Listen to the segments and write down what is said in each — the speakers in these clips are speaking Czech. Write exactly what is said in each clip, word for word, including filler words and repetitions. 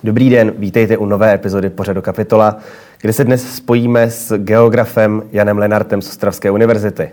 Dobrý den, vítejte u nové epizody pořadu Kapitola, kde se dnes spojíme s geografem Janem Lenartem z Ostravské univerzity.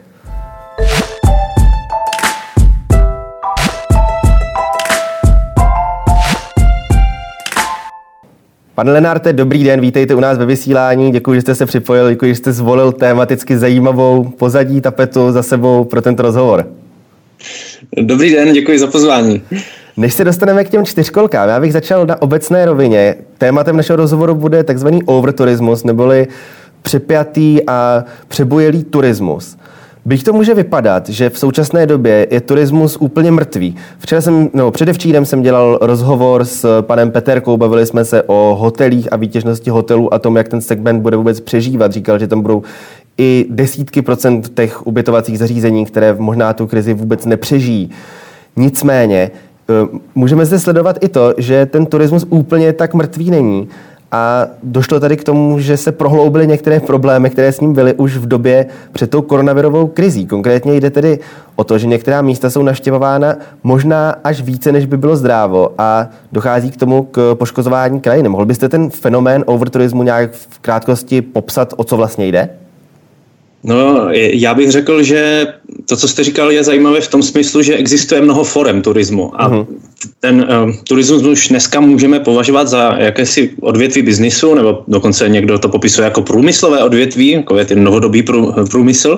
Pane Lenarte, dobrý den, vítejte u nás ve vysílání, děkuji, že jste se připojil, děkuji, že jste zvolil tematicky zajímavou pozadí tapetu za sebou pro tento rozhovor. Dobrý den, děkuji za pozvání. Než se dostaneme k těm čtyřkolkám, já bych začal na obecné rovině. Tématem našeho rozhovoru bude takzvaný overturismus, neboli přepjatý a přebujelý turismus. Byť to může vypadat, že v současné době je turismus úplně mrtvý. Včera jsem, no, předevčírem jsem dělal rozhovor s panem Peterkou, bavili jsme se o hotelích a výtěžnosti hotelů a tom, jak ten segment bude vůbec přežívat. Říkal, že tam budou i desítky procent těch ubytovacích zařízení, které možná tu krizi vůbec nepřežijí. Nicméně, můžeme zde sledovat i to, že ten turismus úplně tak mrtvý není a došlo tady k tomu, že se prohloubily některé problémy, které s ním byly už v době před tou koronavirovou krizí. Konkrétně jde tedy o to, že některá místa jsou navštěvována možná až více, než by bylo zdrávo a dochází k tomu k poškozování krajiny. Mohl byste ten fenomén overturismu nějak v krátkosti popsat, o co vlastně jde? No, já bych řekl, že to, co jste říkal, je zajímavé v tom smyslu, že existuje mnoho forem turismu a uh-huh. ten uh, turismus už dneska můžeme považovat za jakési odvětví biznisu, nebo dokonce někdo to popisuje jako průmyslové odvětví, jako je ten novodobý prů, průmysl.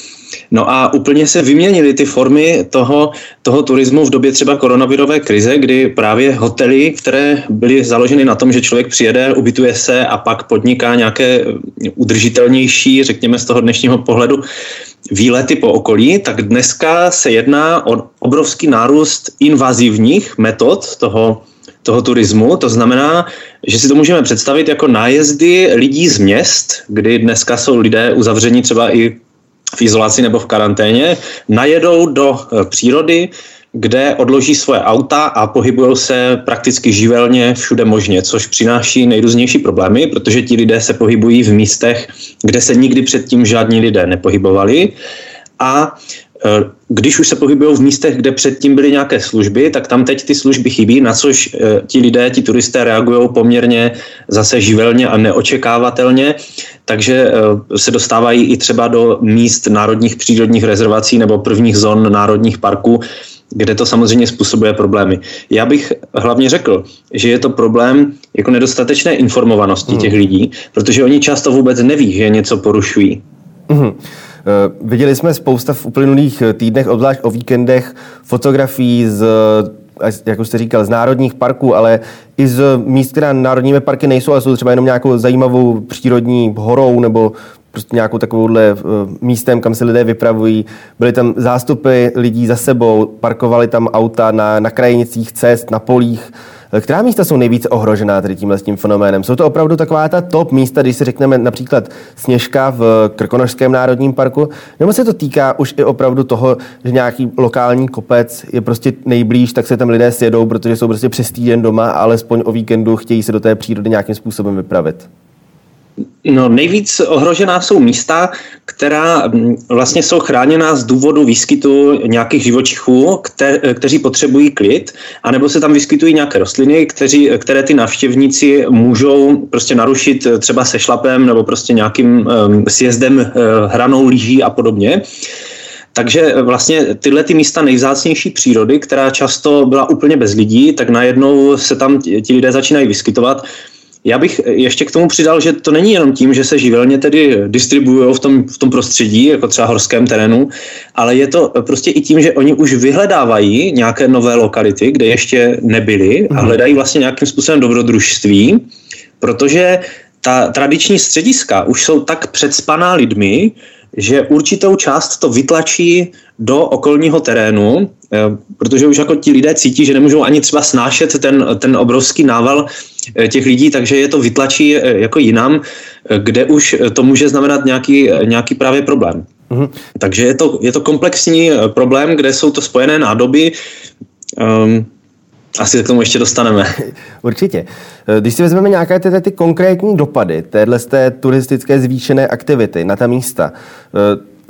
No a úplně se vyměnily ty formy toho, toho turismu v době třeba koronavirové krize, kdy právě hotely, které byly založeny na tom, že člověk přijede, ubytuje se a pak podniká nějaké udržitelnější, řekněme z toho dnešního pohledu, výlety po okolí, tak dneska se jedná o obrovský nárůst invazivních metod toho, toho turismu. To znamená, že si to můžeme představit jako nájezdy lidí z měst, kdy dneska jsou lidé uzavření třeba i v izolaci nebo v karanténě, najedou do přírody, kde odloží svoje auta a pohybují se prakticky živelně všude možně, což přináší nejrůznější problémy, protože ti lidé se pohybují v místech, kde se nikdy předtím žádní lidé nepohybovali a když už se pohybují v místech, kde předtím byly nějaké služby, tak tam teď ty služby chybí, na což ti lidé, ti turisté reagují poměrně zase živelně a neočekávatelně, takže se dostávají i třeba do míst národních přírodních rezervací nebo prvních zón národních parků, kde to samozřejmě způsobuje problémy. Já bych hlavně řekl, že je to problém jako nedostatečné informovanosti hmm. těch lidí, protože oni často vůbec neví, že něco porušují. Hmm. Uh, viděli jsme spousta v uplynulých týdnech, obzvlášť o víkendech, fotografií z, jak už jste říkal, z národních parků, ale i z míst, která národními parky nejsou, ale jsou třeba jenom nějakou zajímavou přírodní horou nebo prostě nějakou takovouhle uh, místem, kam se lidé vypravují. Byly tam zástupy lidí za sebou, parkovali tam auta na, na krajinicích cest, na polích. Která místa jsou nejvíce ohrožená tady tímhle s tím fenoménem? Jsou to opravdu taková ta top místa, když si řekneme například Sněžka v Krkonošském národním parku? Nebo se to týká už i opravdu toho, že nějaký lokální kopec je prostě nejblíž, tak se tam lidé sjedou, protože jsou prostě přes týden doma a alespoň o víkendu chtějí se do té přírody nějakým způsobem vypravit? No, nejvíc ohrožená jsou místa, která vlastně jsou chráněná z důvodu výskytu nějakých živočichů, kter, kteří potřebují klid, anebo se tam vyskytují nějaké rostliny, kteří, které ty návštěvníci můžou prostě narušit třeba sešlapem nebo prostě nějakým um, sjezdem uh, hranou lyží a podobně. Takže vlastně tyhle ty místa nejvzácnější přírody, která často byla úplně bez lidí, tak najednou se tam ti lidé začínají vyskytovat. Já bych ještě k tomu přidal, že to není jenom tím, že se živelně tedy distribuují v tom, v tom prostředí, jako třeba horském terénu, ale je to prostě i tím, že oni už vyhledávají nějaké nové lokality, kde ještě nebyli a hledají vlastně nějakým způsobem dobrodružství, protože ta tradiční střediska už jsou tak předspaná lidmi, že určitou část to vytlačí do okolního terénu, protože už jako ti lidé cítí, že nemůžou ani třeba snášet ten, ten obrovský nával těch lidí, takže je to vytlačí jako jinam, kde už to může znamenat nějaký, nějaký právě problém. Mm-hmm. Takže je to, je to komplexní problém, kde jsou to spojené nádoby. Um, Asi se k tomu ještě dostaneme. Určitě. Když si vezmeme nějaké ty, ty konkrétní dopady téhle z té turistické zvýšené aktivity na ta místa,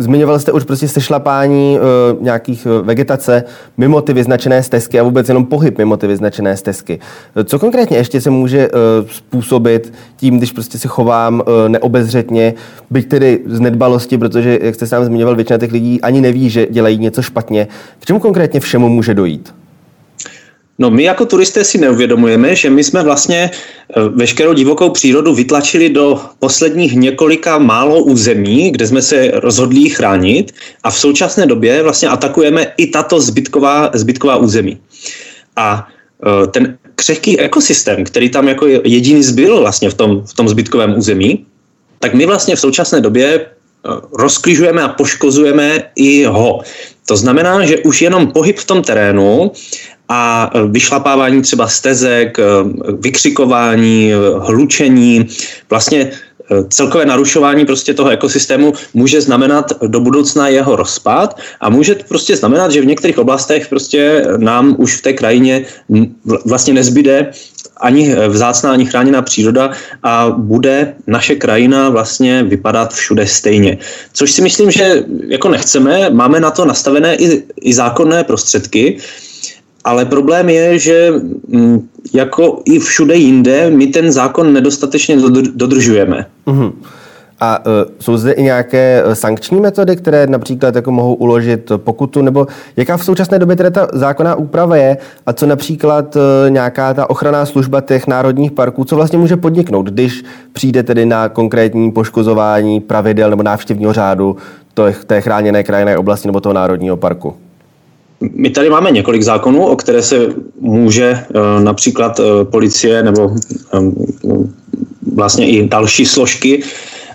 zmiňoval jste už prostě sešlapání uh, nějakých uh, vegetace mimo ty vyznačené stezky a vůbec jenom pohyb mimo ty vyznačené stezky. Co konkrétně ještě se může uh, způsobit tím, když prostě se chovám uh, neobezřetně, byť tedy z nedbalosti, protože, jak jste sám zmiňoval, většina těch lidí ani neví, že dělají něco špatně. K čemu konkrétně všemu může dojít? No, my jako turisté si neuvědomujeme, že my jsme vlastně veškerou divokou přírodu vytlačili do posledních několika málo území, kde jsme se rozhodli ji chránit, a v současné době vlastně atakujeme i tato zbytková, zbytková území. A ten křehký ekosystém, který tam jako jediný zbyl vlastně v tom, v tom zbytkovém území, tak my vlastně v současné době rozkližujeme a poškozujeme i ho. To znamená, že už jenom pohyb v tom terénu a vyšlapávání třeba stezek, vykřikování, hlučení, vlastně celkové narušování prostě toho ekosystému může znamenat do budoucna jeho rozpad a může prostě znamenat, že v některých oblastech prostě nám už v té krajině vlastně nezbyde ani vzácná, ani chráněná příroda a bude naše krajina vlastně vypadat všude stejně. Což si myslím, že jako nechceme, máme na to nastavené i, i zákonné prostředky, ale problém je, že jako i všude jinde my ten zákon nedostatečně dodržujeme. Mm-hmm. A uh, jsou zde i nějaké sankční metody, které například jako mohou uložit pokutu, nebo jaká v současné době teda ta zákonná úprava je a co například uh, nějaká ta ochranná služba těch národních parků, co vlastně může podniknout, když přijde tedy na konkrétní poškozování pravidel nebo návštěvního řádu té chráněné krajinné oblasti nebo toho národního parku? My tady máme několik zákonů, o které se může uh, například uh, policie nebo um, vlastně i další složky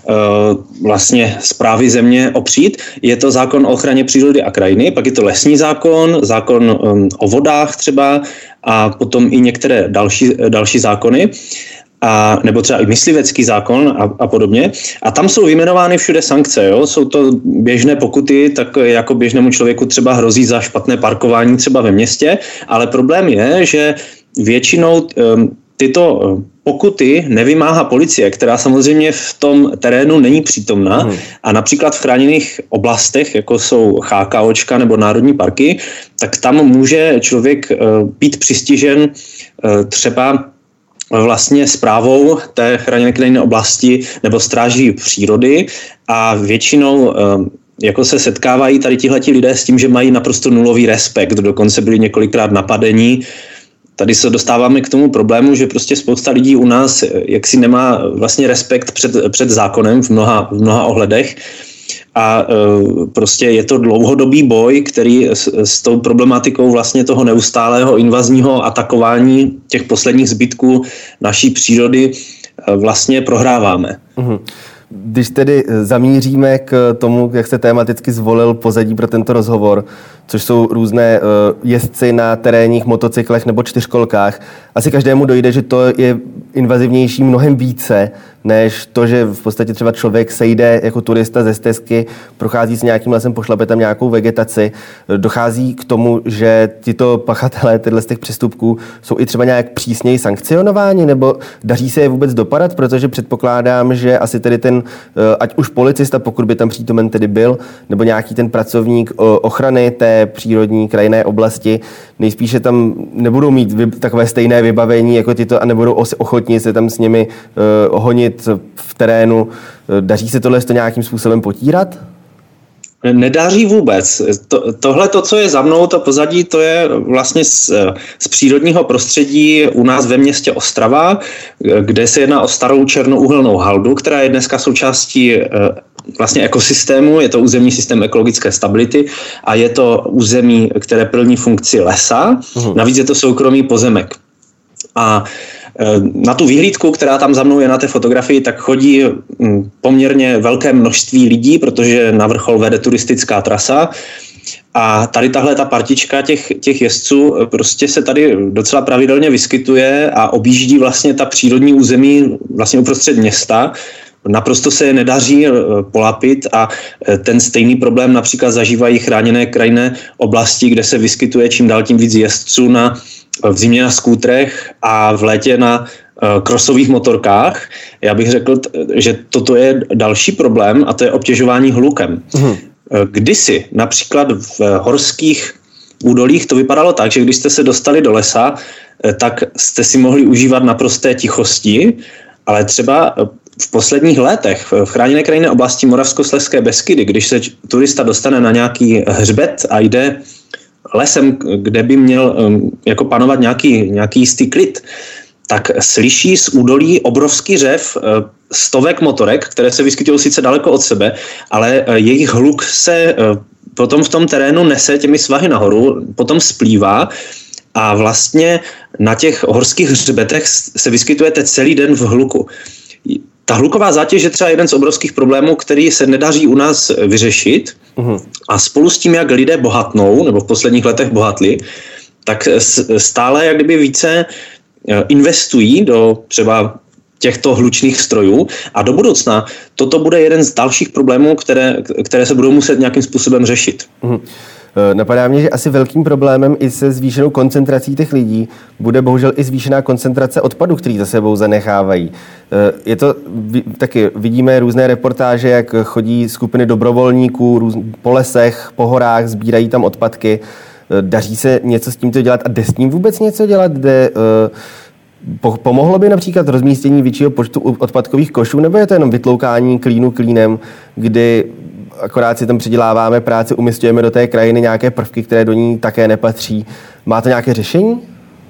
vlastně správy země opřít. Je to zákon o ochraně přírody a krajiny, pak je to lesní zákon, zákon um, o vodách třeba a potom i některé další, další zákony. A, nebo třeba i myslivecký zákon a, a podobně. A tam jsou vyjmenovány všude sankce. Jo? Jsou to běžné pokuty, tak jako běžnému člověku třeba hrozí za špatné parkování třeba ve městě, ale problém je, že většinou um, tyto pokuty nevymáhá policie, která samozřejmě v tom terénu není přítomná hmm. a například v chráněných oblastech, jako jsou chákaočka nebo národní parky, tak tam může člověk být přistižen třeba vlastně správou té chráněné krajinné oblasti nebo stráží přírody a většinou jako se setkávají tady tihleti lidé s tím, že mají naprosto nulový respekt, dokonce byli několikrát napadení. Tady se dostáváme k tomu problému, že prostě spousta lidí u nás jaksi nemá vlastně respekt před, před zákonem v mnoha, v mnoha ohledech a e, prostě je to dlouhodobý boj, který s, s tou problematikou vlastně toho neustálého invazního atakování těch posledních zbytků naší přírody e, vlastně prohráváme. Mm-hmm. Když tedy zamíříme k tomu, jak jste tematicky zvolil pozadí pro tento rozhovor, což jsou různé jezdci na terénních motocyklech nebo čtyřkolkách, asi každému dojde, že to je invazivnější mnohem více, než to, že v podstatě třeba člověk sejde jako turista ze stezky, prochází s nějakým lesem, pošlape tam nějakou vegetaci. Dochází k tomu, že tito pachatelé tyhle z těch přestupků jsou i třeba nějak přísněji sankcionováni, nebo daří se je vůbec dopadat, protože předpokládám, že asi tedy ten, ať už policista, pokud by tam přítomen tedy byl, nebo nějaký ten pracovník ochrany té přírodní krajinné oblasti, nejspíše tam nebudou mít takové stejné vybavení jako tyto a nebudou ochotni se tam s nimi uh, honit v terénu. Daří se tohle nějakým způsobem potírat? Nedaří vůbec. To, tohle, to, co je za mnou, to pozadí, to je vlastně z, z přírodního prostředí u nás ve městě Ostrava, kde se jedná o starou černouhelnou haldu, která je dneska součástí vlastně ekosystému, je to územní systém ekologické stability a je to území, které plní funkci lesa, uhum. Navíc je to soukromý pozemek. A na tu vyhlídku, která tam za mnou je na té fotografii, tak chodí poměrně velké množství lidí, protože na vrchol vede turistická trasa. A tady tahle ta partička těch, těch jezdců prostě se tady docela pravidelně vyskytuje a objíždí vlastně ta přírodní území vlastně uprostřed města. Naprosto se je nedaří polapit a ten stejný problém například zažívají chráněné krajinné oblasti, kde se vyskytuje čím dál tím víc jezdců na v zimě na skútrech a v létě na uh, krosových motorkách. Já bych řekl, t- že toto je další problém a to je obtěžování hlukem. Mm. Kdysi, například v horských údolích, to vypadalo tak, že když jste se dostali do lesa, tak jste si mohli užívat naprosté tichosti, ale třeba v posledních letech v chráněné krajinné oblasti Moravskoslezské Beskydy, když se turista dostane na nějaký hřbet a jde lesem, kde by měl jako panovat nějaký, nějaký jistý klid, tak slyší z údolí obrovský řev stovek motorek, které se vyskytují sice daleko od sebe, ale jejich hluk se potom v tom terénu nese těmi svahy nahoru, potom splývá a vlastně na těch horských hřbetech se vyskytujete celý den v hluku. Ta hluková zátěž je třeba jeden z obrovských problémů, který se nedaří u nás vyřešit uhum. A spolu s tím, jak lidé bohatnou, nebo v posledních letech bohatli, tak stále jak kdyby více investují do třeba těchto hlučných strojů a do budoucna toto bude jeden z dalších problémů, které, které se budou muset nějakým způsobem řešit. Uhum. Napadá mě, že asi velkým problémem i se zvýšenou koncentrací těch lidí bude bohužel i zvýšená koncentrace odpadu, který za sebou zanechávají. Je to taky, vidíme různé reportáže, jak chodí skupiny dobrovolníků růz, po lesech, po horách, sbírají tam odpadky. Daří se něco s tímto dělat a jde s tím vůbec něco dělat? Jde, pomohlo by například rozmístění většího počtu odpadkových košů, nebo je to jenom vytloukání klínu klínem, kdy akorát si tam přiděláváme práci, umísťujeme do té krajiny nějaké prvky, které do ní také nepatří. Má to nějaké řešení?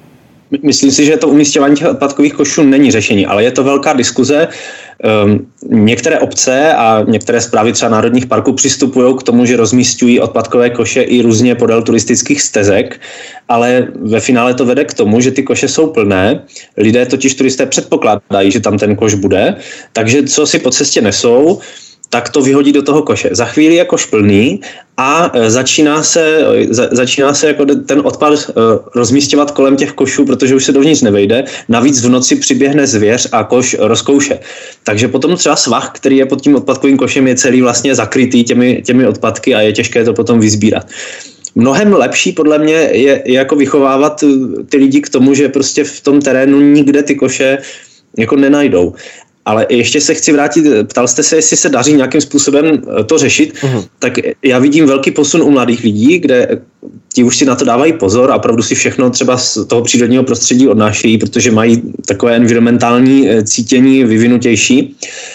Myslím si, že to umísťování těch odpadkových košů není řešení, ale je to velká diskuze. Um, některé obce a některé správy třeba národních parků přistupují k tomu, že rozmísťují odpadkové koše i různě podél turistických stezek, ale ve finále to vede k tomu, že ty koše jsou plné. Lidé totiž turisté předpokládají, že tam ten koš bude, takže co si po cestě nesou, tak to vyhodí do toho koše. Za chvíli je koš plný a začíná se, za, začíná se jako ten odpad uh, rozmístěvat kolem těch košů, protože už se dovnitř nevejde. Navíc v noci přiběhne zvěř a koš rozkouše. Takže potom třeba svah, který je pod tím odpadkovým košem, je celý vlastně zakrytý těmi, těmi odpadky a je těžké to potom vysbírat. Mnohem lepší podle mě je, je jako vychovávat ty lidi k tomu, že prostě v tom terénu nikde ty koše jako nenajdou. Ale ještě se chci vrátit, ptal jste se, jestli se daří nějakým způsobem to řešit, uhum. Tak já vidím velký posun u mladých lidí, kde ti už si na to dávají pozor a opravdu si všechno třeba z toho přírodního prostředí odnášejí, protože mají takové environmentální cítění vyvinutější.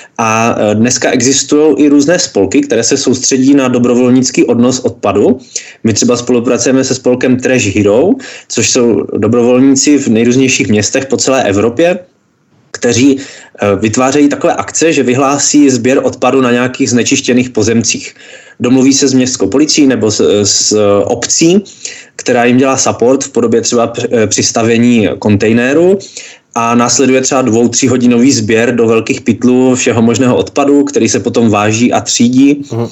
A dneska existují i různé spolky, které se soustředí na dobrovolnický odnos odpadu. My třeba spolupracujeme se spolkem Trash Hero, což jsou dobrovolníci v nejrůznějších městech po celé Evropě, kteří vytvářejí takové akce, že vyhlásí sběr odpadu na nějakých znečištěných pozemcích. Domluví se s městskou policií nebo s, s obcí, která jim dělá support v podobě třeba přistavení kontejneru a následuje třeba dvou, tří hodinový sběr do velkých pytlů všeho možného odpadu, který se potom váží a třídí. Uhum.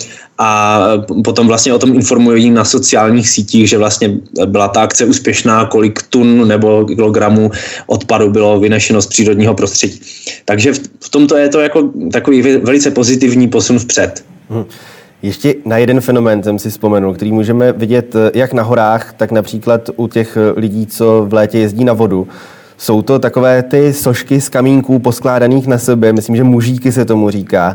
A potom vlastně o tom informují na sociálních sítích, že vlastně byla ta akce úspěšná, kolik tun nebo kilogramů odpadu bylo vynešeno z přírodního prostředí. Takže v tomto je to jako takový velice pozitivní posun vpřed. Uhum. Ještě na jeden fenomén jsem si vzpomenul, který můžeme vidět jak na horách, tak například u těch lidí, co v létě jezdí na vodu. Jsou to takové ty sošky z kamínků poskládaných na sebe, myslím, že mužíky se tomu říká.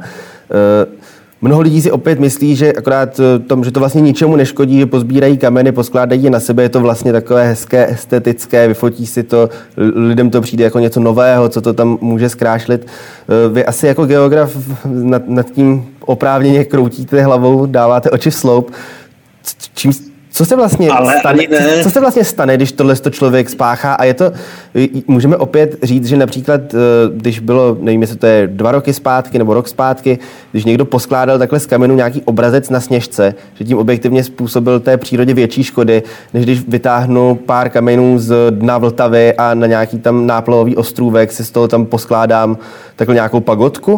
Mnoho lidí si opět myslí, že akorát tom, že to vlastně ničemu neškodí, že pozbírají kameny, poskládají je na sebe, je to vlastně takové hezké, estetické, vyfotí si to, lidem to přijde jako něco nového, co to tam může zkrášlit. Vy asi jako geograf nad, nad tím oprávněně kroutíte hlavou, dáváte oči v sloup. Čím Co se vlastně stane, co se vlastně stane, když tohle to člověk spáchá? A je to, můžeme opět říct, že například, když bylo, nevím, jestli to je dva roky zpátky nebo rok zpátky, když někdo poskládal takhle z kamenu nějaký obrazec na Sněžce, že tím objektivně způsobil té přírodě větší škody, než když vytáhnu pár kamenů z dna Vltavy a na nějaký tam náplavový ostrůvek si z toho tam poskládám takhle nějakou pagodku?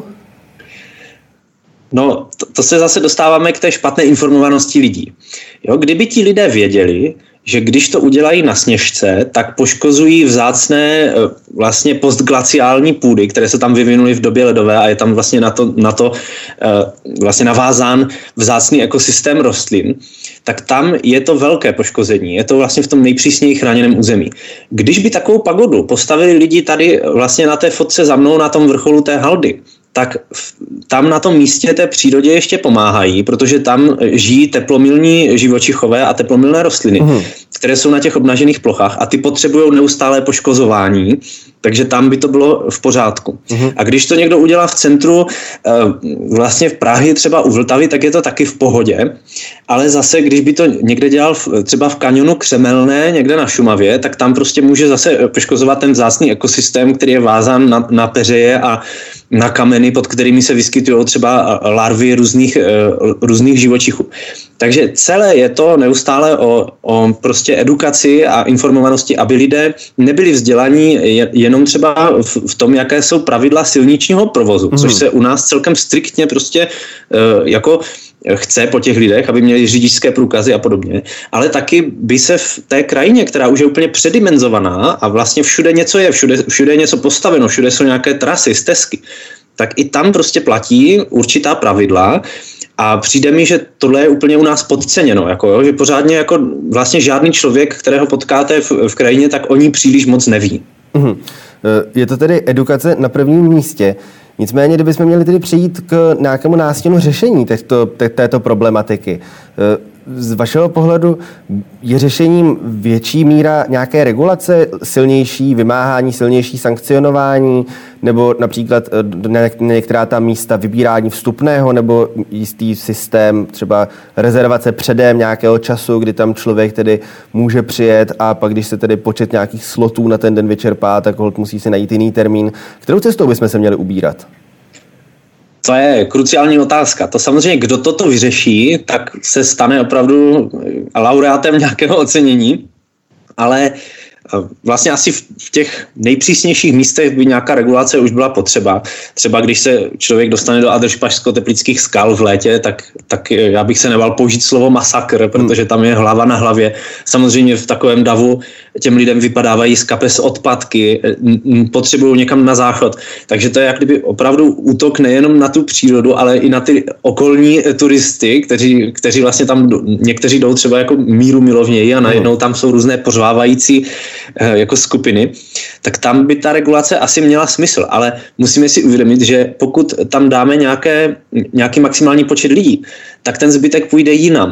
No, to, to se zase dostáváme k té špatné informovanosti lidí. Jo, kdyby ti lidé věděli, že když to udělají na Sněžce, tak poškozují vzácné vlastně postglaciální půdy, které se tam vyvinuly v době ledové a je tam vlastně na to, na to vlastně navázán vzácný ekosystém rostlin, tak tam je to velké poškození. Je to vlastně v tom nejpřísněji chráněném území. Když by takovou pagodu postavili lidi tady vlastně na té fotce za mnou na tom vrcholu té haldy, tak tam na tom místě té přírodě ještě pomáhají, protože tam žijí teplomilní živočichové a teplomilné rostliny, mm. které jsou na těch obnažených plochách a ty potřebují neustálé poškozování, takže tam by to bylo v pořádku. Mm. A když to někdo udělá v centru, vlastně v Prahy, třeba u Vltavy, tak je to taky v pohodě, ale zase, když by to někde dělal třeba v kanionu Křemelné, někde na Šumavě, tak tam prostě může zase poškozovat ten vzácný ekosystém, který je vázán na, na peřeje a na kameny, pod kterými se vyskytují třeba larvy různých, různých živočichů. Takže celé je to neustále o, o prostě edukaci a informovanosti, aby lidé nebyli vzdělaní jenom třeba v, v tom, jaké jsou pravidla silničního provozu, mm. což se u nás celkem striktně prostě jako chce po těch lidech, aby měli řidičské průkazy a podobně, ale taky by se v té krajině, která už je úplně předimenzovaná a vlastně všude něco je, všude, všude je něco postaveno, všude jsou nějaké trasy, stezky, tak i tam prostě platí určitá pravidla a přijde mi, že tohle je úplně u nás podceněno, jako jo, že pořádně jako vlastně žádný člověk, kterého potkáte v, v krajině, tak o ní příliš moc neví. Mm-hmm. Je to tedy edukace na prvním místě. Nicméně, kdybychom měli tedy přejít k nějakému nástěnu řešení této, této problematiky, z vašeho pohledu je řešením větší míra nějaké regulace, silnější vymáhání, silnější sankcionování, nebo například některá ta místa vybírání vstupného, nebo jistý systém třeba rezervace předem nějakého času, kdy tam člověk tedy může přijet a pak, když se tedy počet nějakých slotů na ten den vyčerpá, tak holt musí si najít jiný termín. Kterou cestou bychom se měli ubírat? To je kruciální otázka. To samozřejmě, kdo toto vyřeší, tak se stane opravdu laureátem nějakého ocenění, ale vlastně asi v těch nejpřísnějších místech by nějaká regulace už byla potřeba. Třeba když se člověk dostane do Adršpašsko-Teplických skal v létě, tak, tak já bych se nebál použít slovo masakr, protože tam je hlava na hlavě. Samozřejmě v takovém davu těm lidem vypadávají z kapes odpadky, potřebují někam na záchod. Takže to je jak kdyby opravdu útok nejenom na tu přírodu, ale i na ty okolní turisty, kteří, kteří vlastně tam, někteří jdou třeba jako míru milovněji a najednou tam jsou různé pořvávající jako skupiny, tak tam by ta regulace asi měla smysl, ale musíme si uvědomit, že pokud tam dáme nějaké, nějaký maximální počet lidí, tak ten zbytek půjde jinam.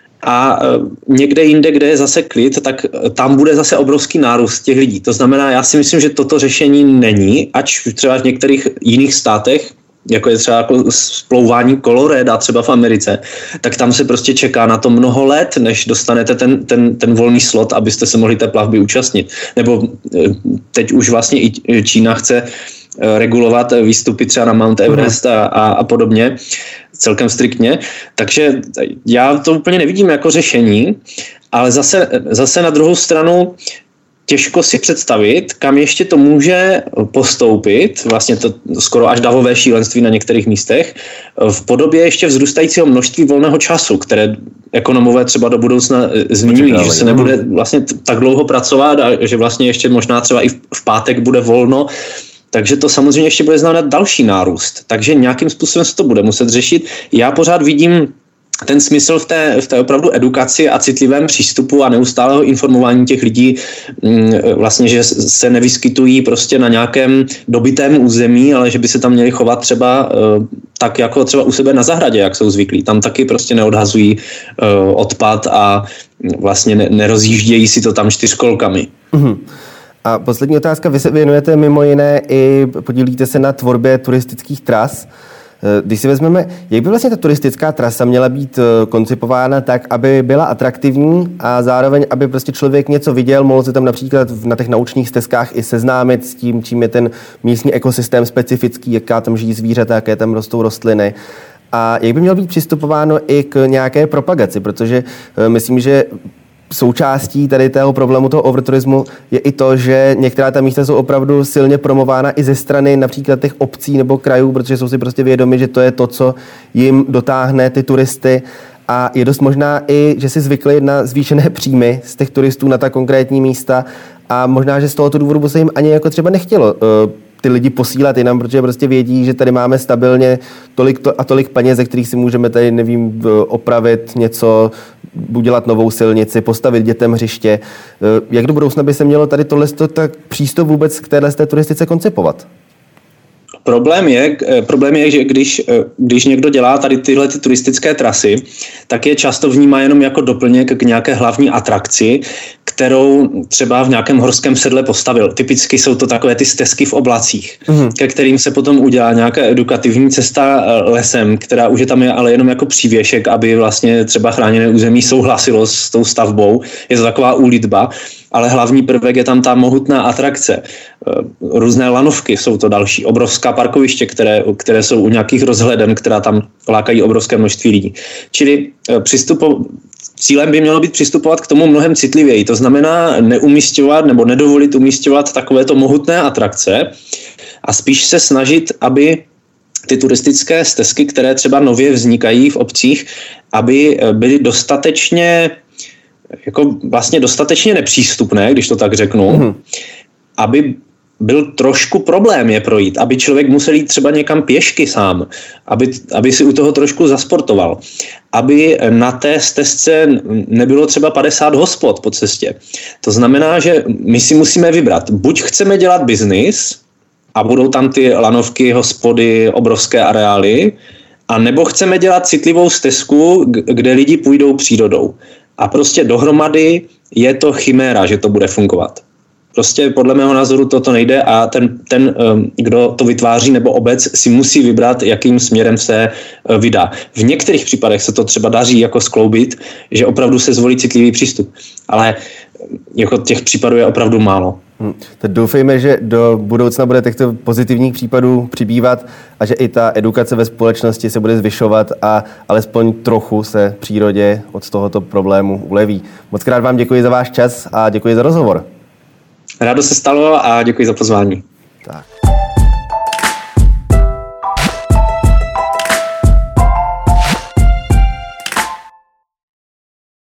A někde jinde, kde je zase klid, tak tam bude zase obrovský nárůst těch lidí. To znamená, já si myslím, že toto řešení není, ač třeba v některých jiných státech, jako je třeba jako splouvání Colorada třeba v Americe, tak tam se prostě čeká na to mnoho let, než dostanete ten, ten, ten volný slot, abyste se mohli té plavby účastnit. Nebo teď už vlastně i Čína chce regulovat výstupy třeba na Mount Everest a, a, a podobně, celkem striktně. Takže já to úplně nevidím jako řešení, ale zase, zase na druhou stranu těžko si představit, kam ještě to může postoupit, vlastně to skoro až davové šílenství na některých místech, v podobě ještě vzrůstajícího množství volného času, které ekonomové třeba do budoucna zmiňují, že se nebude vlastně tak dlouho pracovat a že vlastně ještě možná třeba i v pátek bude volno. Takže to samozřejmě ještě bude znamenat další nárůst. Takže nějakým způsobem se to bude muset řešit. Já pořád vidím ten smysl v té, v té opravdu edukaci a citlivém přístupu a neustálého informování těch lidí, vlastně, že se nevyskytují prostě na nějakém dobytém území, ale že by se tam měli chovat třeba tak jako třeba u sebe na zahradě, jak jsou zvyklí. Tam taky prostě neodhazují odpad a vlastně nerozjíždějí si to tam čtyřkolkami. Mm-hmm. A poslední otázka, vy se věnujete mimo jiné i podílíte se na tvorbě turistických tras. Když si vezmeme, jak by vlastně ta turistická trasa měla být koncipována tak, aby byla atraktivní a zároveň, aby prostě člověk něco viděl, mohl se tam například na těch naučných stezkách i seznámit s tím, čím je ten místní ekosystém specifický, jaká tam žijí zvířata, jaké tam rostou rostliny. A jak by mělo být přistupováno i k nějaké propagaci, protože myslím, že součástí tady tého problému toho overturismu je i to, že některá ta místa jsou opravdu silně promována i ze strany například těch obcí nebo krajů, protože jsou si prostě vědomi, že to je to, co jim dotáhne ty turisty a je dost možná i, že si zvykli na zvýšené příjmy z těch turistů na ta konkrétní místa a možná, že z tohoto důvodu se jim ani jako třeba nechtělo uh, ty lidi posílat jinam, protože prostě vědí, že tady máme stabilně tolik to a tolik peněz, ze kterých si můžeme tady, nevím, opravit něco, udělat novou silnici, postavit dětem hřiště. Jak do budoucna by se mělo tady tohle tak přístup vůbec k téhle turistice koncipovat? Problém je, problém je, že když, když někdo dělá tady tyhle ty turistické trasy, tak je často vnímá jenom jako doplněk k nějaké hlavní atrakci, kterou třeba v nějakém horském sedle postavil. Typicky jsou to takové ty stezky v oblacích, mm. ke kterým se potom udělá nějaká edukativní cesta lesem, která už je tam je ale jenom jako přívěšek, aby vlastně třeba chráněné území souhlasilo s tou stavbou. Je to taková úlitba, ale hlavní prvek je tam ta mohutná atrakce. Různé lanovky jsou to další, obrovská parkoviště, které, které jsou u nějakých rozhleden, která tam lákají obrovské množství lidí. Čili přistupo, cílem by mělo být přistupovat k tomu mnohem citlivěji. To znamená neumísťovat nebo nedovolit umísťovat takovéto mohutné atrakce a spíš se snažit, aby ty turistické stezky, které třeba nově vznikají v obcích, aby byly dostatečně jako vlastně dostatečně nepřístupné, když to tak řeknu, mm. aby byl trošku problém je projít, aby člověk musel jít třeba někam pěšky sám, aby, aby si u toho trošku zasportoval, aby na té stezce nebylo třeba padesát hospod po cestě. To znamená, že my si musíme vybrat, buď chceme dělat biznis a budou tam ty lanovky, hospody, obrovské areály, a nebo chceme dělat citlivou stezku, kde lidi půjdou přírodou. A prostě dohromady je to chiméra, že to bude fungovat. Prostě podle mého názoru toto nejde a ten, ten, kdo to vytváří nebo obec si musí vybrat, jakým směrem se vydá. V některých případech se to třeba daří jako skloubit, že opravdu se zvolí citlivý přístup. Ale jako těch případů je opravdu málo. Hmm. Tak doufejme, že do budoucna bude těchto pozitivních případů přibývat a že i ta edukace ve společnosti se bude zvyšovat a alespoň trochu se přírodě od tohoto problému uleví. Moc krát vám děkuji za váš čas a děkuji za rozhovor. Rádo se stalo a děkuji za pozvání. Tak.